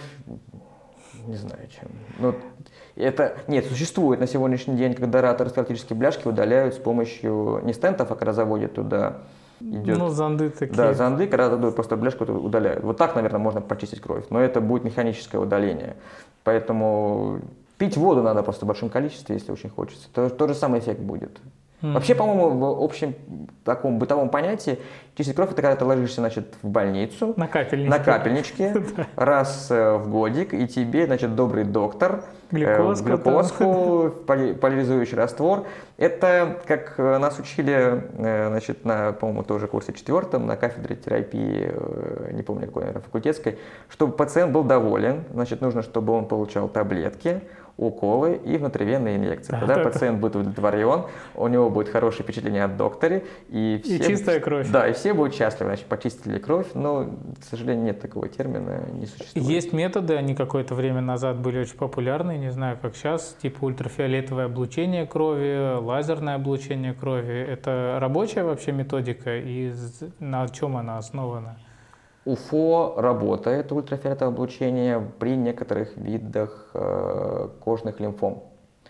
не знаю чем. Но это, нет, существует на сегодняшний день, когда атеросклеротические бляшки удаляют с помощью не стентов, а когда заводят туда идет. Ну, зонды такие. Да, зонды, когда просто бляшку удаляют. Вот так, наверное, можно почистить кровь, но это будет механическое удаление. Поэтому пить воду надо просто в большом количестве, если очень хочется. То, тот же самый эффект будет. Mm-hmm. Вообще, по-моему, в общем таком бытовом понятии чистить кровь — это когда ты ложишься, значит, в больницу на капельничке, на капельничке раз в годик, и тебе, значит, добрый доктор глюкозку, глюкозку поляризующий раствор. Это, как нас учили, значит, на, по-моему, тоже курсе четвертом, на кафедре терапии, не помню какой, наверное, факультетской, чтобы пациент был доволен, значит, нужно, чтобы он получал таблетки, уколы и внутривенные инъекции. Да, Тогда да, пациент будет удовлетворен, у него будет хорошее впечатление от доктора. И, все, и чистая кровь. Да, и все будут счастливы, значит, почистили кровь, но, к сожалению, нет такого термина, не существует. Есть методы, они какое-то время назад были очень популярны, не знаю, как сейчас, типа ультрафиолетовое облучение крови, лазерное облучение крови. Это рабочая вообще методика и на чем она основана? УФО работает, ультрафиолетовое облучение, при некоторых видах э, кожных лимфом.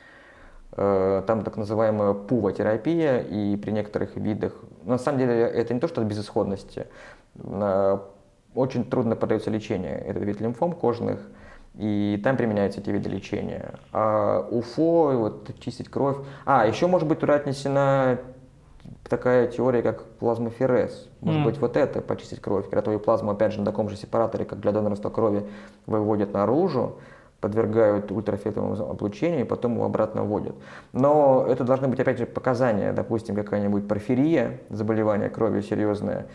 Э, там так называемая пува-терапия, и при некоторых видах, на самом деле это не то, что от безысходности, э, очень трудно поддается лечение, этот вид лимфом кожных, и там применяются эти виды лечения. А УФО, вот чистить кровь, а еще может быть туда отнесена такая теория, как плазмоферез. Может mm. быть, вот это, почистить кровь, когда твою плазму, опять же, на таком же сепараторе, как для донорства крови, выводят наружу, подвергают ультрафиолетовому облучению и потом его обратно вводят. Но это должны быть, опять же, показания, допустим, какая-нибудь порфирия, заболевание крови серьезное,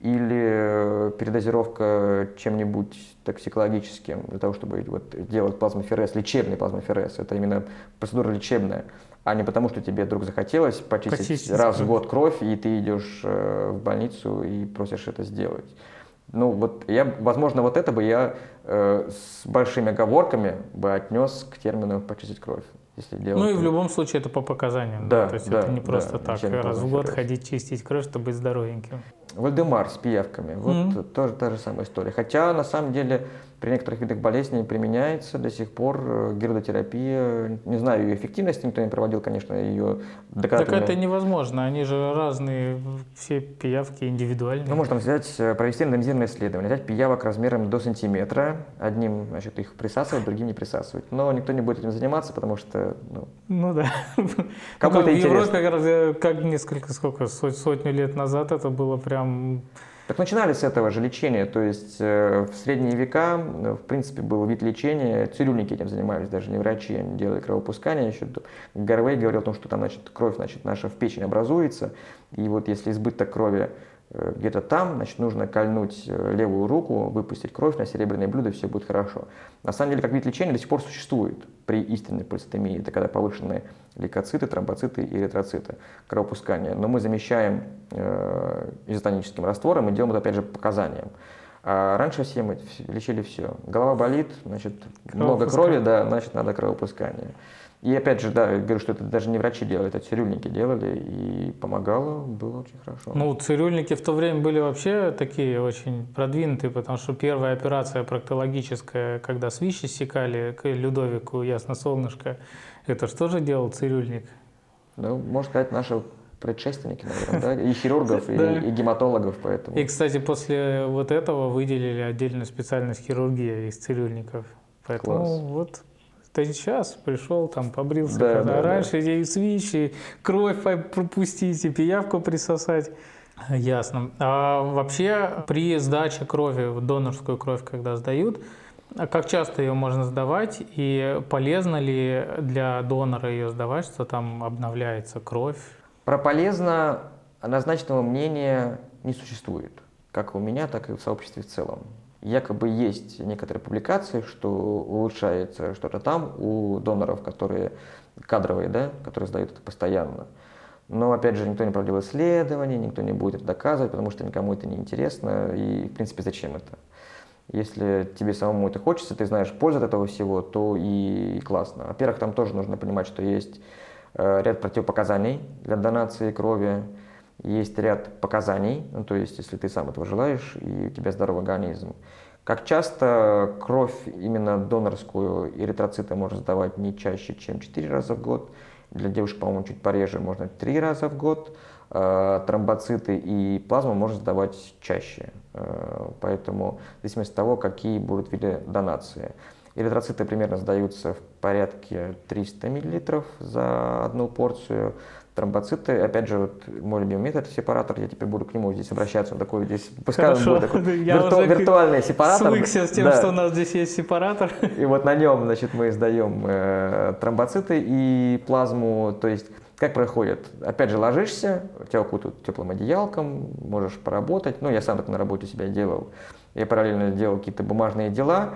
или передозировка чем-нибудь токсикологическим, для того, чтобы вот, делать плазмоферез, лечебный плазмоферез. Это именно процедура лечебная, а не потому, что тебе вдруг захотелось почистить, почистить раз в год кровь, и ты идешь э, в больницу и просишь это сделать. Ну вот, я, возможно, вот это бы я э, с большими оговорками бы отнес к термину «почистить кровь». Если делать. Ну и в любом случае это по показаниям, да, да, то есть да, это не просто да, так, раз в год ходить чистить кровь, чтобы быть здоровеньким. Вальдемар с пиявками, вот mm-hmm. тоже та же самая история. Хотя на самом деле при некоторых видах болезней применяется до сих пор гирдотерапия. Не знаю ее эффективности, никто не проводил, конечно, ее доказательно. Так это невозможно, они же разные, все пиявки индивидуальные. Ну, можно взять, провести рандомизированное исследование, взять пиявок размером до сантиметра, одним, значит, их присасывать, другим не присасывать. Но никто не будет этим заниматься, потому что, ну... Ну да. Кому-то в интересно. Европе как раз, как несколько, сколько, сотню лет назад это было прям... Так начинали с этого же лечения, то есть э, в средние века, э, в принципе, был вид лечения, цирюльники этим занимались, даже не врачи, они делали кровопускание. Еще Гарвей говорил о том, что там, значит, кровь, значит, наша в печень образуется, и вот если избыток крови э, где-то там, значит, нужно кольнуть э, левую руку, выпустить кровь на серебряное блюдо, и все будет хорошо. На самом деле, как вид лечения до сих пор существует при истинной пульсотомии, это когда повышенные лейкоциты, тромбоциты и эритроциты, кровопускание. Но мы замещаем э, изотоническим раствором и делаем это, опять же, по показаниям. А раньше все мы лечили все. Голова болит, значит, много крови, да, значит, надо кровопускание. И опять же, да, я говорю, что это даже не врачи делали, это цирюльники делали, и помогало, было очень хорошо. Ну, цирюльники в то время были вообще такие очень продвинутые, потому что первая операция проктологическая, когда свищи секали к Людовику Ясно-Солнышко, это что же делал цирюльник? Ну, можно сказать, наши предшественники, наверное, да, и хирургов, и гематологов, поэтому. И, кстати, после вот этого выделили отдельную специальность хирургия из цирюльников. Поэтому вот... Ты сейчас пришел, там, побрился, да, когда да, раньше да. и свищи, кровь пропустить, и пиявку присосать. Ясно. А вообще при сдаче крови, донорскую кровь, когда сдают, как часто ее можно сдавать и полезно ли для донора ее сдавать, что там обновляется кровь? Про полезно однозначного мнения не существует, как у меня, так и в сообществе в целом. Якобы есть некоторые публикации, что улучшается что-то там у доноров, которые кадровые, да, которые сдают это постоянно. Но, опять же, никто не проводил исследований, никто не будет это доказывать, потому что никому это не интересно. И, в принципе, зачем это? Если тебе самому это хочется, ты знаешь пользу от этого всего, то и классно. Во-первых, там тоже нужно понимать, что есть ряд противопоказаний для донации крови. Есть ряд показаний, ну, то есть если ты сам этого желаешь и у тебя здоровый организм. Как часто кровь именно донорскую эритроциты можно сдавать не чаще, чем четыре раза в год. Для девушек, по-моему, чуть пореже, можно три раза в год. Тромбоциты и плазму можно сдавать чаще. Поэтому в зависимости от того, какие будут виды донации. Эритроциты примерно сдаются в порядке триста миллилитров за одну порцию. Тромбоциты, опять же, вот мой любимый метод, сепаратор, я теперь буду к нему здесь обращаться, он такой здесь, пускай он будет такой вирту, виртуальный сепаратор. Свыкся с тем, да. Что у нас здесь есть сепаратор. И вот на нем, значит, мы сдаем э, тромбоциты и плазму, то есть как проходит? Опять же, ложишься, тебя укутают теплым одеялком, можешь поработать, ну, я сам так на работе у себя делал, я параллельно делал какие-то бумажные дела.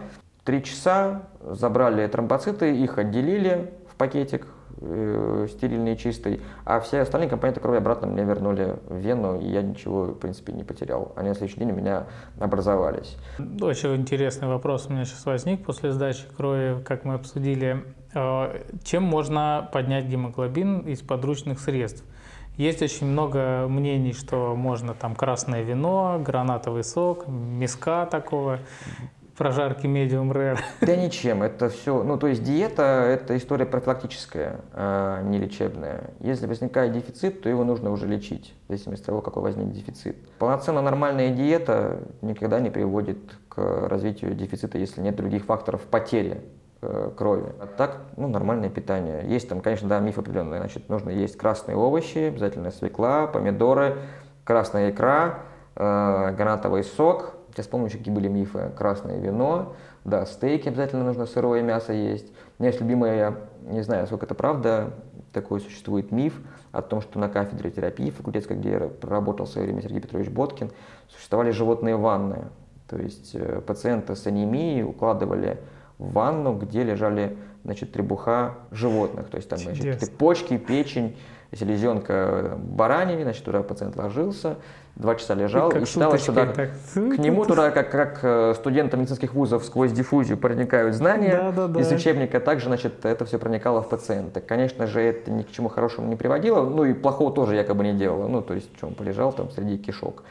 три часа, забрали тромбоциты, их отделили в пакетик, э, стерильный и чистый, а все остальные компоненты крови обратно мне вернули в вену, и я ничего, в принципе, не потерял. Они на следующий день у меня образовались. Очень интересный вопрос у меня сейчас возник после сдачи крови, как мы обсудили. Чем можно поднять гемоглобин из подручных средств? Есть очень много мнений, что можно там красное вино, гранатовый сок, миска такого, прожарки medium rare. Да ничем, это все, ну то есть диета – это история профилактическая, а не лечебная. Если возникает дефицит, то его нужно уже лечить, в зависимости от того, какой возник дефицит. Полноценно нормальная диета никогда не приводит к развитию дефицита, если нет других факторов потери крови. А так, ну, нормальное питание. Есть там, конечно, да, миф определенный. Значит, нужно есть красные овощи, обязательно свекла, помидоры, красная икра, э, гранатовый сок. Сейчас помню, еще какие были мифы. Красное вино, да, стейки обязательно нужно, сырое мясо есть. У меня есть любимое, я не знаю, сколько это правда, такой существует миф о том, что на кафедре терапии факультетской, где я проработал в свое время Сергей Петрович Боткин, существовали животные ванны. То есть э, пациента с анемией укладывали в ванну, где лежали, значит, требуха животных, то есть там, значит, почки, печень, селезенка баранины, значит, туда пациент ложился, два часа лежал, и, и считалось, что так, к нему туда, как, как студентам медицинских вузов сквозь диффузию проникают знания да, да, да. из учебника, также, значит, это все проникало в пациента. Конечно же, это ни к чему хорошему не приводило, ну и плохого тоже якобы не делало, ну, то есть, что он полежал там среди кишок.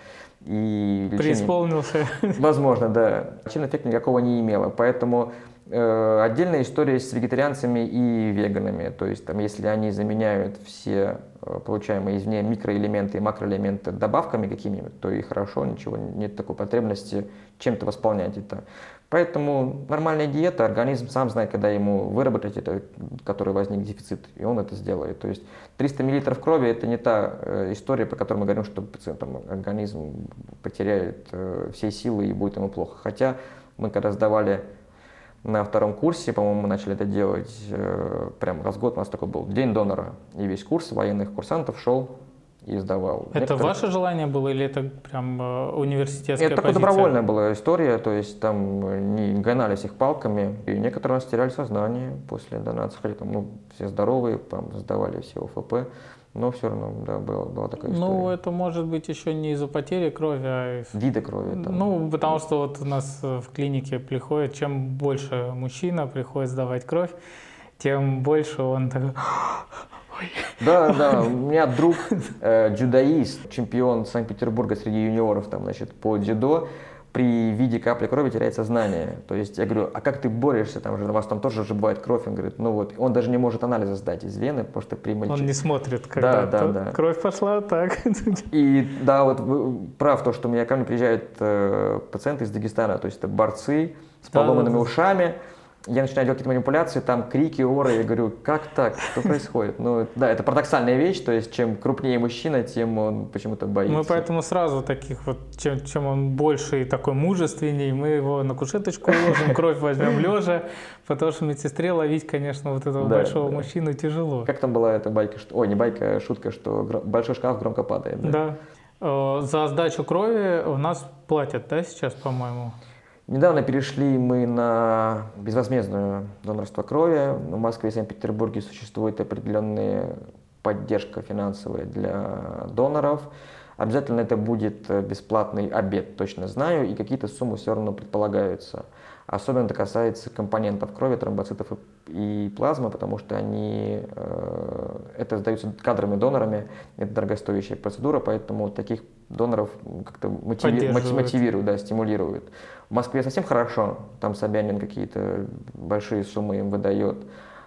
И лечение, преисполнился. Возможно, да. Лечебный эффекта никакого не имело, поэтому э, отдельная история с вегетарианцами и веганами. То есть, там, если они заменяют все э, получаемые извне микроэлементы и макроэлементы добавками какими-нибудь, то и хорошо, ничего, нет такой потребности чем-то восполнять это. Поэтому нормальная диета, организм сам знает, когда ему выработать это, который возник дефицит, и он это сделает. То есть триста миллилитров крови – это не та э, история, по которой мы говорим, что там, организм потеряет э, все силы и будет ему плохо. Хотя мы когда сдавали на втором курсе, по-моему, мы начали это делать э, прям раз в год, у нас такой был День донора, и весь курс военных курсантов шел и сдавал. Это Некоторые... ваше желание было или это прям э, университетская это позиция? Это добровольная была история, то есть там не гонались их палками, и некоторые у нас теряли сознание после донации, хотя там, ну, все здоровые, там, сдавали все ОФП, но все равно, да, была, была такая история. Ну, это может быть еще не из-за потери крови, а из... Вида крови. Там. Ну, потому что вот у нас в клинике приходит, чем больше мужчина приходит сдавать кровь, тем больше он такой... Да, да, у меня друг, э, дзюдоист, чемпион Санкт-Петербурга среди юниоров, там, значит, по дзюдо, при виде капли крови теряет сознание. То есть я говорю, а как ты борешься, там же у вас там тоже же бывает кровь. Он говорит, ну вот, он даже не может анализы сдать из вены, потому что при мальчике... Он не смотрит, когда да, да, да. кровь пошла, так. И да, вот прав то, что у меня ко мне приезжают э, пациенты из Дагестана, то есть это борцы с поломанными да, да, ушами. Я начинаю делать какие-то манипуляции, там крики, оры, я говорю, как так, что происходит? Ну, да, это парадоксальная вещь, то есть чем крупнее мужчина, тем он почему-то боится. Мы поэтому сразу таких вот, чем, чем он больше и такой мужественней, мы его на кушеточку уложим, кровь возьмем лежа, потому что медсестре ловить, конечно, вот этого да, большого да. мужчину тяжело. Как там была эта байка, что, ой, не байка, а шутка, что большой шкаф громко падает. Да. да. За сдачу крови у нас платят, да, сейчас, по-моему? Недавно перешли мы на безвозмездное донорство крови. В Москве и Санкт-Петербурге существует определенная поддержка финансовая для доноров. Обязательно это будет бесплатный обед, точно знаю, и какие-то суммы все равно предполагаются. Особенно это касается компонентов крови, тромбоцитов и плазмы, потому что они, э, это сдаются кадровыми донорами, это дорогостоящая процедура, поэтому таких доноров как-то мотиви, мотивируют, да, стимулируют. В Москве совсем хорошо, там Собянин какие-то большие суммы им выдает.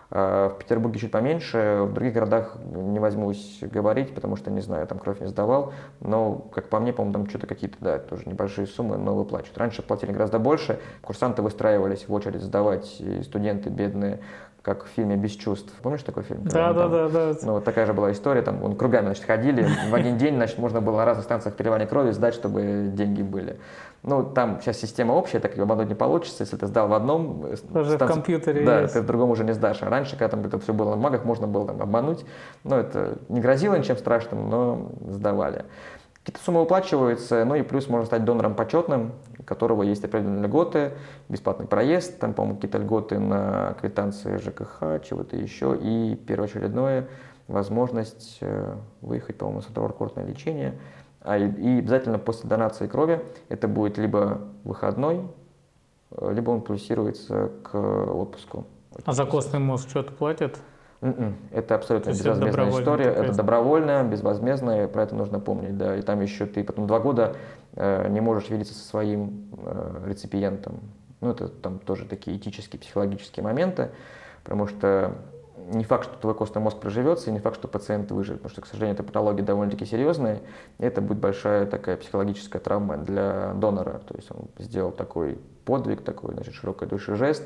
В Петербурге чуть поменьше, в других городах не возьмусь говорить, потому что, не знаю, там кровь не сдавал, но, как по мне, по-моему, там что-то какие-то, да, тоже небольшие суммы, но выплачивают. Раньше платили гораздо больше, курсанты выстраивались в очередь сдавать, и студенты бедные, как в фильме «Без чувств». Помнишь такой фильм? Да, да, да, да. Ну, вот такая же была история, там, вон, кругами, значит, ходили, в один день, значит, можно было на разных станциях переливания крови сдать, чтобы деньги были. Ну, там сейчас система общая, так и обмануть не получится, если ты сдал в одном... Даже станции, в компьютере да, есть. ты в другом уже не сдашь. А раньше, когда там это все было на бумагах, можно было там обмануть. Ну, это не грозило ничем страшным, но сдавали. Какие-то суммы выплачиваются, ну и плюс можно стать донором почетным, у которого есть определенные льготы, бесплатный проезд, там, по-моему, какие-то льготы на квитанции ЖКХ, чего-то еще, и первоочередное возможность выехать, по-моему, с курортное лечение. А и, и обязательно после донации крови это будет либо выходной, либо он плюсируется к отпуску. А за костный мозг что-то платят? Mm-mm. Это абсолютно безвозмездная история, это добровольно, безвозмездно, про это нужно помнить, да, и там еще ты потом два года э, не можешь видеться со своим э, реципиентом, ну это там тоже такие этические, психологические моменты, потому что не факт, что твой костный мозг проживется, и не факт, что пациент выживет, потому что, к сожалению, эта патология довольно-таки серьезная, и это будет большая такая психологическая травма для донора, то есть он сделал такой подвиг, такой, значит, широкой души жест,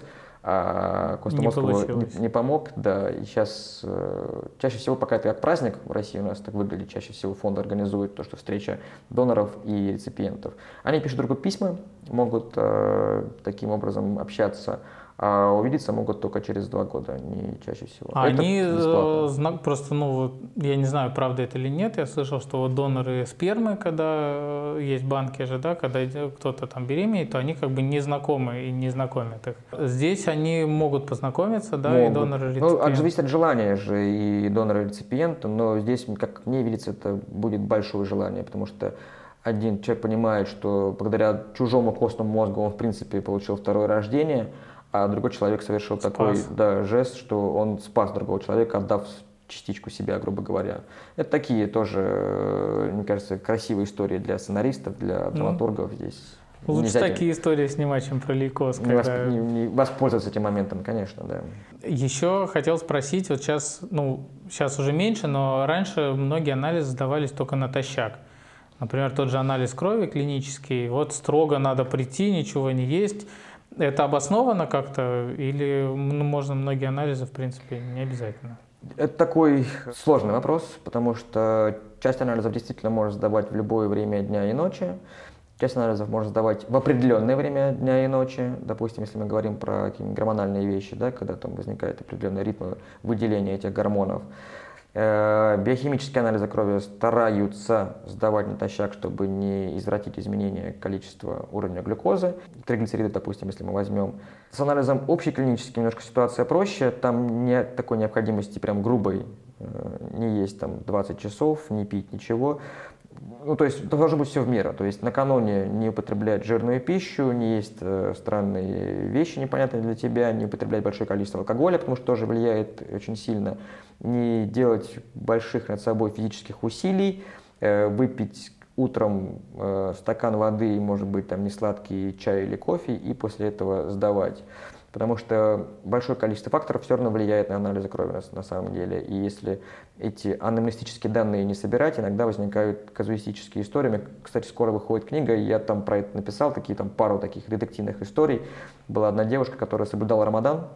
а костный мозг его не, не помог, да, и сейчас э, чаще всего, пока это как праздник в России у нас так выглядит, чаще всего фонд организует то, что встреча доноров и реципиентов. Они пишут друг другу письма, могут э, таким образом общаться, а увидеться могут только через два года, не чаще всего. А это они бесплатно. Просто, ну, я не знаю, правда это или нет, я слышал, что вот доноры спермы, когда есть банки же, да, когда кто-то там беременеет, то они как бы не знакомы и не знакомят их. Здесь они могут познакомиться, да, могут. И доноры реципиента. Ну, зависит от желания же и донора и реципиента, но здесь, как мне видится, это будет большое желание, потому что один человек понимает, что благодаря чужому костному мозгу он, в принципе, получил второе рождение, а другой человек совершил спас. такой да, жест, что он спас другого человека, отдав частичку себя, грубо говоря. Это такие тоже, мне кажется, красивые истории для сценаристов, для драматургов ну, здесь. Лучше такие истории снимать, чем про лейкоз. Не, когда... не, не воспользоваться этим моментом, конечно, да. Еще хотел спросить, вот сейчас, ну, сейчас уже меньше, но раньше многие анализы сдавались только натощак. Например, тот же анализ крови клинический, вот строго надо прийти, ничего не есть. Это обосновано как-то или ну, можно многие анализы, в принципе, не обязательно? Это такой сложный вопрос, потому что часть анализов действительно можно сдавать в любое время дня и ночи. Часть анализов можно сдавать в определенное время дня и ночи. Допустим, если мы говорим про какие-нибудь гормональные вещи, да, когда там возникают определенные ритмы выделения этих гормонов. Биохимические анализы крови стараются сдавать натощак, чтобы не извратить изменение количества уровня глюкозы. Триглицериды, допустим, если мы возьмем. С анализом общеклиническим немножко ситуация проще. Там нет такой необходимости прям грубой. Не есть там двадцать часов, не пить ничего. Ну, то есть должно быть все в меру. То есть накануне не употреблять жирную пищу, не есть э, странные вещи, непонятные для тебя, не употреблять большое количество алкоголя, потому что тоже влияет очень сильно. Не делать больших над собой физических усилий, э, выпить утром э, стакан воды, может быть, там несладкий чай или кофе, и после этого сдавать. Потому что большое количество факторов все равно влияет на анализы крови на, на самом деле. И если эти анамнестические данные не собирать, иногда возникают казуистические истории. Кстати, скоро выходит книга, и я там про это написал, такие там пару таких детективных историй. Была одна девушка, которая соблюдала Рамадан,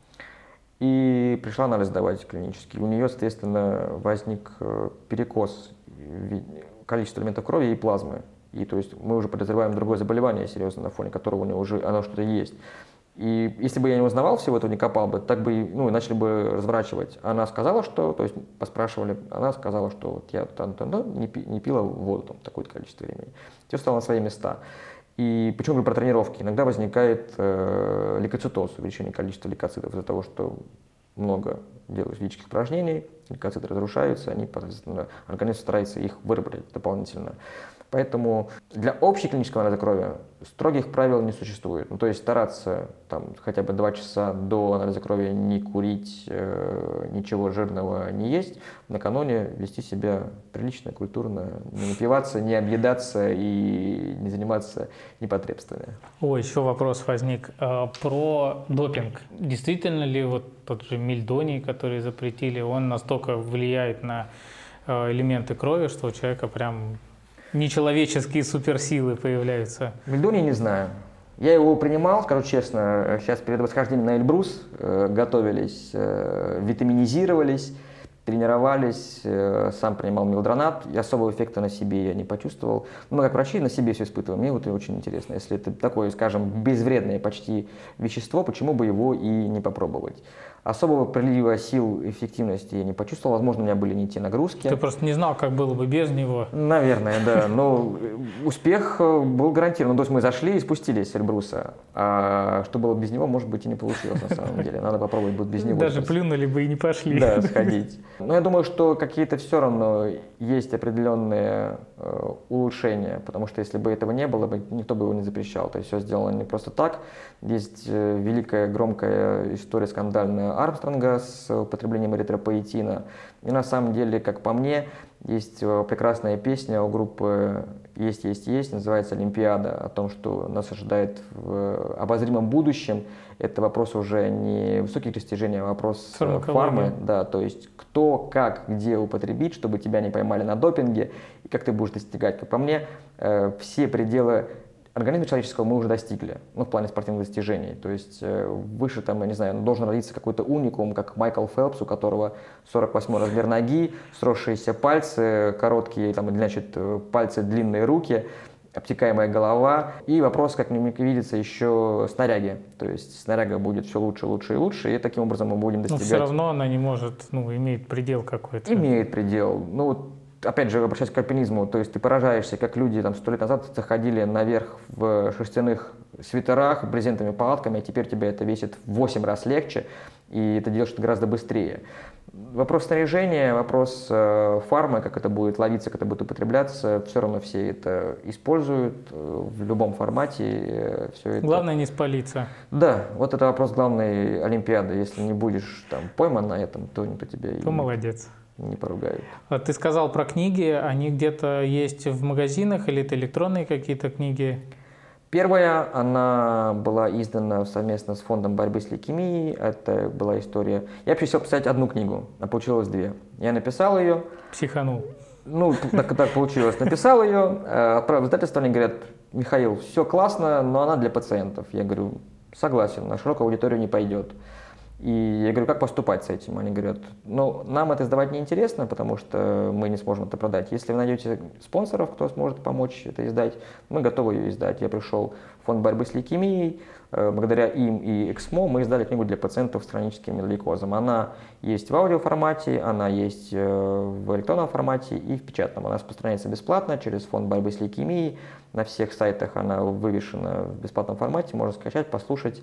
и пришла анализ сдавать клинический. У нее, соответственно, возник перекос количества элементов крови и плазмы. И то есть мы уже подозреваем другое заболевание серьезно, на фоне которого у нее уже оно что-то есть. И если бы я не узнавал всего этого, не копал бы, так бы, ну, начали бы разворачивать. Она сказала, что, то есть поспрашивали, она сказала, что вот я там, там, там, не, пи, не пила воду там, такое-то количество времени. Все стало на свои места. И почему говорю про тренировки? Иногда возникает э, лейкоцитоз, увеличение количества лейкоцитов из-за того, что много делают физических упражнений, лейкоциты разрушаются, они, организм старается их выработать дополнительно. Поэтому для общей клинического анализа крови строгих правил не существует. Ну, то есть стараться там, хотя бы два часа до анализа крови не курить, э, ничего жирного не есть, накануне вести себя прилично, культурно, не напиваться, не объедаться и не заниматься непотребствами. О, еще вопрос возник э, про допинг. Действительно ли вот тот же мельдоний, который запретили, он настолько влияет на э, элементы крови, что у человека прям... нечеловеческие суперсилы появляются? Мельдоний не знаю. Я его принимал, скажу честно, сейчас перед восхождением на Эльбрус э, готовились, э, витаминизировались, тренировались, сам принимал мелдронат, и особого эффекта на себе я не почувствовал. Мы как врачи на себе все испытываем. Мне вот очень интересно, если это такое, скажем, безвредное почти вещество, почему бы его и не попробовать. Особого прилива сил, эффективности я не почувствовал. Возможно, у меня были не те нагрузки. Ты просто не знал, как было бы без него. Наверное, да. Но успех был гарантирован. То есть мы зашли и спустились с Эльбруса. А что было без него, может быть, и не получилось на самом деле. Надо попробовать будет без него. Даже плюнули бы и не пошли. Да, сходить. Но я думаю, что какие-то все равно есть определенные э, улучшения. Потому что если бы этого не было, бы никто бы его не запрещал. То есть все сделано не просто так. Есть э, великая, громкая история скандальная Армстронга с употреблением эритропоэтина. И на самом деле, как по мне, есть прекрасная песня у группы «Есть, есть, есть», называется «Олимпиада», о том, что нас ожидает в обозримом будущем. Это вопрос уже не высоких достижений, а вопрос фармы. Да, то есть кто, как, где употребить, чтобы тебя не поймали на допинге, и как ты будешь достигать. Как по мне, все пределы организма человеческого мы уже достигли, ну, в плане спортивных достижений. То есть э, выше, там, я не знаю, должен родиться какой-то уникум, как Майкл Фелпс, у которого сорок восьмой размер ноги, сросшиеся пальцы, короткие, там, значит, пальцы, длинные руки, обтекаемая голова. И вопрос, как мне видится, еще снаряги. То есть снаряга будет все лучше, лучше и лучше, и таким образом мы будем достигать. Но все равно она не может, ну, имеет предел какой-то. Имеет предел. Ну, опять же, обращаясь к альпинизму, то есть ты поражаешься, как люди там сто лет назад заходили наверх в шерстяных свитерах, брезентовыми палатками, а теперь тебе это весит в восемь раз легче, и это делаешь гораздо быстрее. Вопрос снаряжения, вопрос э, фармы, как это будет ловиться, как это будет употребляться, все равно все это используют э, в любом формате. Э, все это... Главное не спалиться. Да, вот это вопрос главной Олимпиады. Если не будешь там пойман на этом, то никто тебя то и молодец. Не поругают. Ты сказал про книги, они где-то есть в магазинах или это электронные какие-то книги? Первая, она была издана совместно с фондом борьбы с лейкемией. Это была история... Я вообще хотел писать одну книгу, а получилось две. Я написал ее. Психанул. Ну, так, так получилось. Написал ее, отправил в издательство, они говорят: Михаил, все классно, но она для пациентов. Я говорю: согласен, на широкую аудиторию не пойдет. И я говорю: как поступать с этим? Они говорят: ну, нам это издавать неинтересно, потому что мы не сможем это продать. Если вы найдете спонсоров, кто сможет помочь это издать, мы готовы ее издать. Я пришел в фонд борьбы с лейкемией, благодаря им и Эксмо мы издали книгу для пациентов с хроническим миелоидозом. Она есть в аудиоформате, она есть в электронном формате и в печатном. Она распространяется бесплатно через фонд борьбы с лейкемией. На всех сайтах она вывешена в бесплатном формате, можно скачать, послушать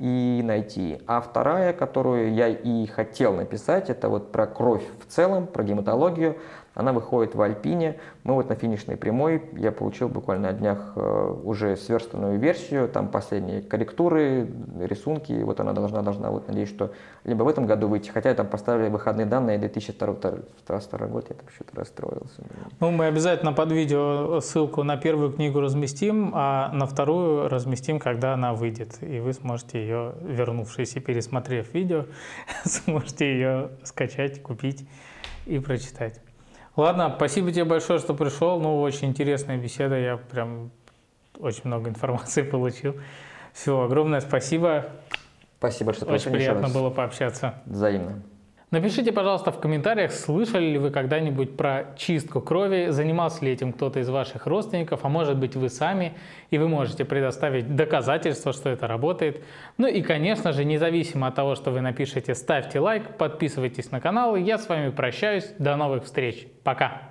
и найти. А вторая, которую я и хотел написать, это вот про кровь в целом, про гематологию. Она выходит в Альпине. Мы вот на финишной прямой, я получил буквально на днях уже сверстанную версию, там последние корректуры, рисунки. Вот она должна, должна, вот надеюсь, что либо в этом году выйти, хотя там поставили выходные данные две тысячи второй год, я там что-то расстроился. Ну, мы обязательно под видео ссылку на первую книгу разместим, а на вторую разместим, когда она выйдет. И вы сможете ее, вернувшись и пересмотрев видео, сможете ее скачать, купить и прочитать. Ладно, спасибо тебе большое, что пришел. Ну, очень интересная беседа. Я прям очень много информации получил. Все, огромное спасибо. Спасибо, что очень приятно было пообщаться. Взаимно. Напишите, пожалуйста, в комментариях, слышали ли вы когда-нибудь про чистку крови, занимался ли этим кто-то из ваших родственников, а может быть вы сами, и вы можете предоставить доказательства, что это работает. Ну и, конечно же, независимо от того, что вы напишете, ставьте лайк, подписывайтесь на канал, и я с вами прощаюсь. До новых встреч. Пока!